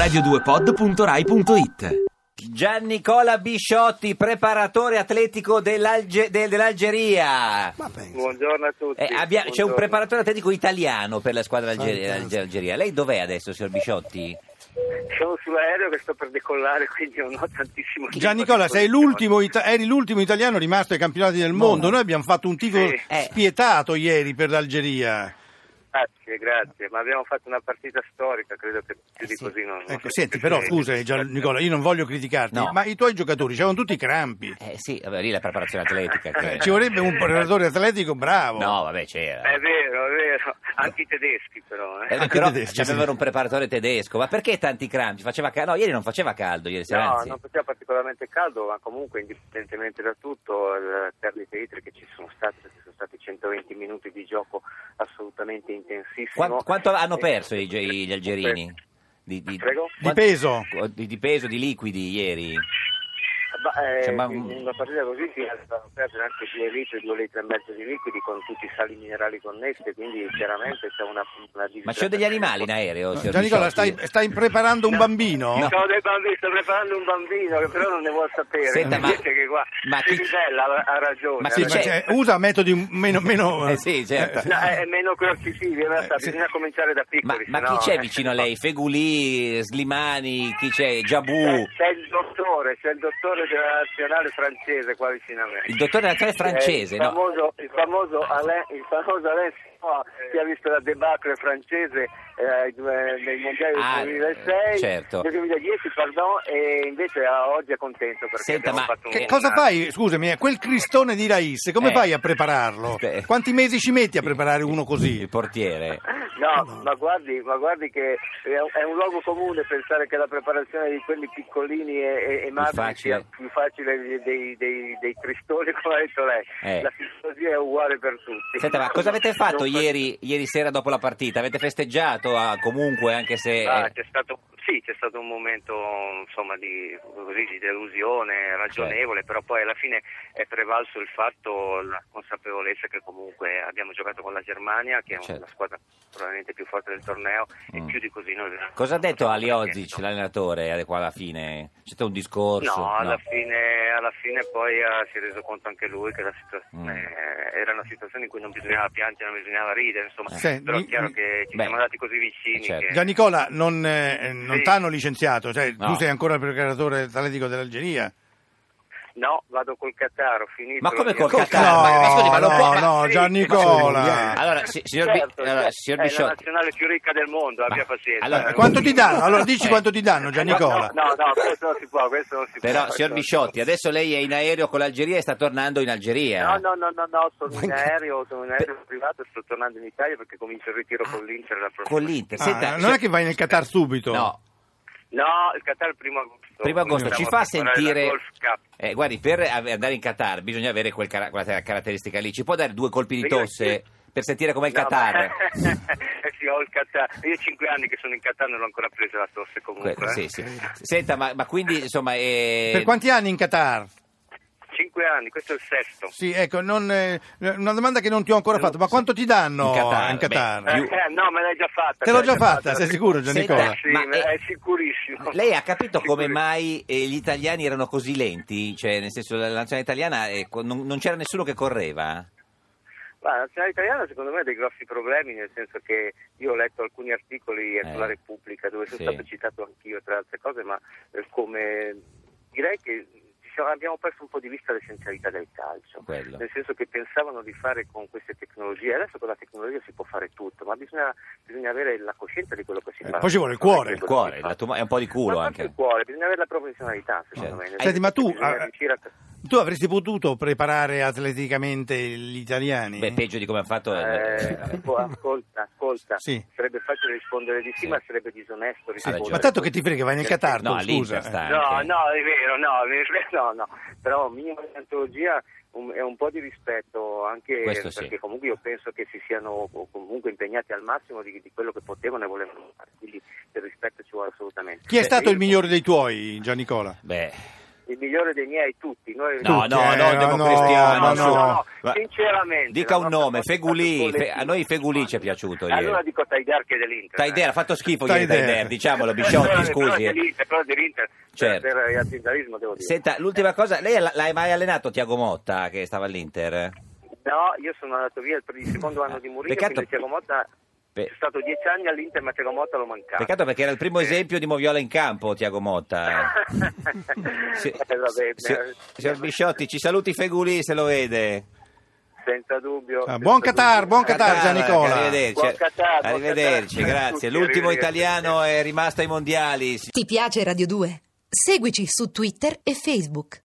radio2pod.rai.it. Giannicola Bisciotti, preparatore atletico dell'Algeria. Buongiorno a tutti. C'è un preparatore atletico italiano per la squadra Algeria. Lei dov'è adesso, signor Bisciotti? Sono sull'aereo che sto per decollare, quindi non ho tantissimo tempo. Giannicola, eri l'ultimo italiano rimasto ai campionati del mondo. Noi abbiamo fatto un tifo spietato ieri per l'Algeria. Grazie, ma abbiamo fatto una partita storica, credo che più di così non... Ecco, senti, però scusa Giannicola, io non voglio criticarti, ma i tuoi giocatori c'erano tutti crampi. Sì, vabbè, lì la preparazione atletica. Ci vorrebbe un preparatore atletico bravo. No, vabbè, c'era. È vero, anche i tedeschi però. Però tedeschi, c'avevano un preparatore tedesco, ma perché tanti crampi? No, ieri non faceva caldo, ieri sera. No, anzi. non faceva particolarmente caldo, ma comunque indipendentemente da tutto, le perdite idriche ci sono state, perché sono stati 120 minuti di gioco assolutamente intensissimo. Quanto hanno perso gli algerini? Prego? Di peso? Di peso, di liquidi ieri? Una partita così si devono perdere anche 2 litri e mezzo di liquidi con tutti i sali minerali connessi, quindi chiaramente c'è una Ma c'è degli animali in aereo, signor Giannicola, Bisciotti? stai preparando un bambino? No. Sto preparando un bambino che però non ne vuol sapere. Senta, che qua Sivitella ha ragione. Ma chi c'è? Usa metodi meno sì, certo. No, è meno coercitivi, bisogna cominciare da piccoli. Ma chi c'è vicino a lei? Feguli, Slimani, chi c'è? Giabù? C'è il dottore della nazionale francese qua vicino a me. Il dottore della nazionale francese, il famoso Alain che ha visto la debacle francese nei mondiali del 2006, certo. del 2010, e invece oggi è contento perché abbiamo fatto cosa fai? Scusami, quel cristone di Rais, come fai a prepararlo? Quanti mesi ci metti a preparare uno così? Il portiere. No, ma guardi che è un luogo comune pensare che la preparazione di quelli piccolini e magri sia più facile dei cristoni, come ha detto lei. La filosofia è uguale per tutti. Senta, ma cosa avete fatto ieri sera dopo la partita? Avete festeggiato comunque, anche se... C'è stato un momento insomma di delusione ragionevole, però poi alla fine è prevalso il fatto, la consapevolezza che comunque abbiamo giocato con la Germania, che è una squadra probabilmente più forte del torneo, e più di così noi... Cosa ha detto Aliozic, l'allenatore, qua alla fine? C'è stato un discorso? No, alla fine poi si è reso conto anche lui che la situazione era una situazione in cui non bisognava piangere, non bisognava ridere, insomma, però è chiaro che ci siamo andati così vicini. Certo. Che... Giannicola, non t'hanno licenziato, tu sei ancora il preparatore atletico dell'Algeria? No, vado col Qatar, ho finito. Ma come col Qatar? No, Giannicola. Allora, signor Bisciotti, è la nazionale più ricca del mondo, abbia pazienza. Allora, quanto ti danno? Allora dici quanto ti danno, Giannicola. No, questo non si può, Però, signor Bisciotti, adesso lei è in aereo con l'Algeria e sta tornando in Algeria. No, sono in aereo privato e sto tornando in Italia perché comincio il ritiro con l'Inter la prossima. Con l'Inter? Senta, non è che vai nel Qatar subito? No, il Qatar il 1 agosto. 1 agosto, ci fa sentire... guardi, per andare in Qatar bisogna avere quella caratteristica lì. Ci può dare 2 colpi di tosse per sentire com'è il Qatar? Sì, ho il Qatar. Io 5 anni che sono in Qatar non l'ho ancora presa la tosse comunque. Sì. Senta, ma quindi insomma... Per quanti anni in Qatar? 5 anni, questo è il 6º. Sì, ecco, una domanda che non ti ho ancora fatto, ma quanto ti danno in Qatar? No, me l'hai già fatta. Te l'ho già fatta, sei sicuro, Giannicola? Sì, è sicurissimo. Lei ha capito come mai gli italiani erano così lenti? Cioè, nel senso, la nazionale italiana non c'era nessuno che correva? La nazionale italiana secondo me ha dei grossi problemi, nel senso che io ho letto alcuni articoli sulla Repubblica dove sono stato citato anch'io tra altre cose, ma come direi che abbiamo perso un po' di vista l'essenzialità del calcio, nel senso che pensavano di fare con queste tecnologie. Adesso con la tecnologia si può fare tutto, ma bisogna avere la coscienza di quello che si fa. Poi ci vuole il cuore. È un po' di culo ma anche. Il cuore, bisogna avere la professionalità, secondo me. Senti, ma tu avresti potuto preparare atleticamente gli italiani? Beh, peggio di come ha fatto... Ascolta, sì. Sarebbe facile rispondere di sì, ma sarebbe disonesto rispondere. Ma tanto che ti frega, vai nel Qatar, scusa. No, è vero, no, però minima deontologia è un po' di rispetto anche perché comunque io penso che si siano comunque impegnati al massimo di quello che potevano e volevano fare, quindi il rispetto ci vuole assolutamente. Chi è stato il migliore dei tuoi, Giannicola? Beh, il migliore dei miei tutti. Noi no, Democristiano. No, sinceramente. Dica un nome, Fegulì. A noi Fegulì ci è piaciuto ieri. Allora dico Taider che è dell'Inter. Taider ha fatto schifo ieri, Taider, diciamolo, Bisciotti, scusi. Però dell'Inter, certo. Per il aziendalismo devo dire. Senta, l'ultima cosa, lei l'ha mai allenato Thiago Motta che stava all'Inter? No, io sono andato via per il secondo anno di Mourinho, quindi Thiago Motta... C'è stato 10 anni all'Inter, ma Thiago Motta lo mancava. Peccato perché era il primo esempio di moviola in campo, Thiago Motta. Signor Bisciotti, ci saluti Fegulì se lo vede. Senza dubbio. Buon Qatar, Giannicola. Arrivederci, buon Qatar, arrivederci, grazie. L'ultimo italiano è rimasto ai mondiali. Ti piace Radio 2? Seguici su Twitter e Facebook.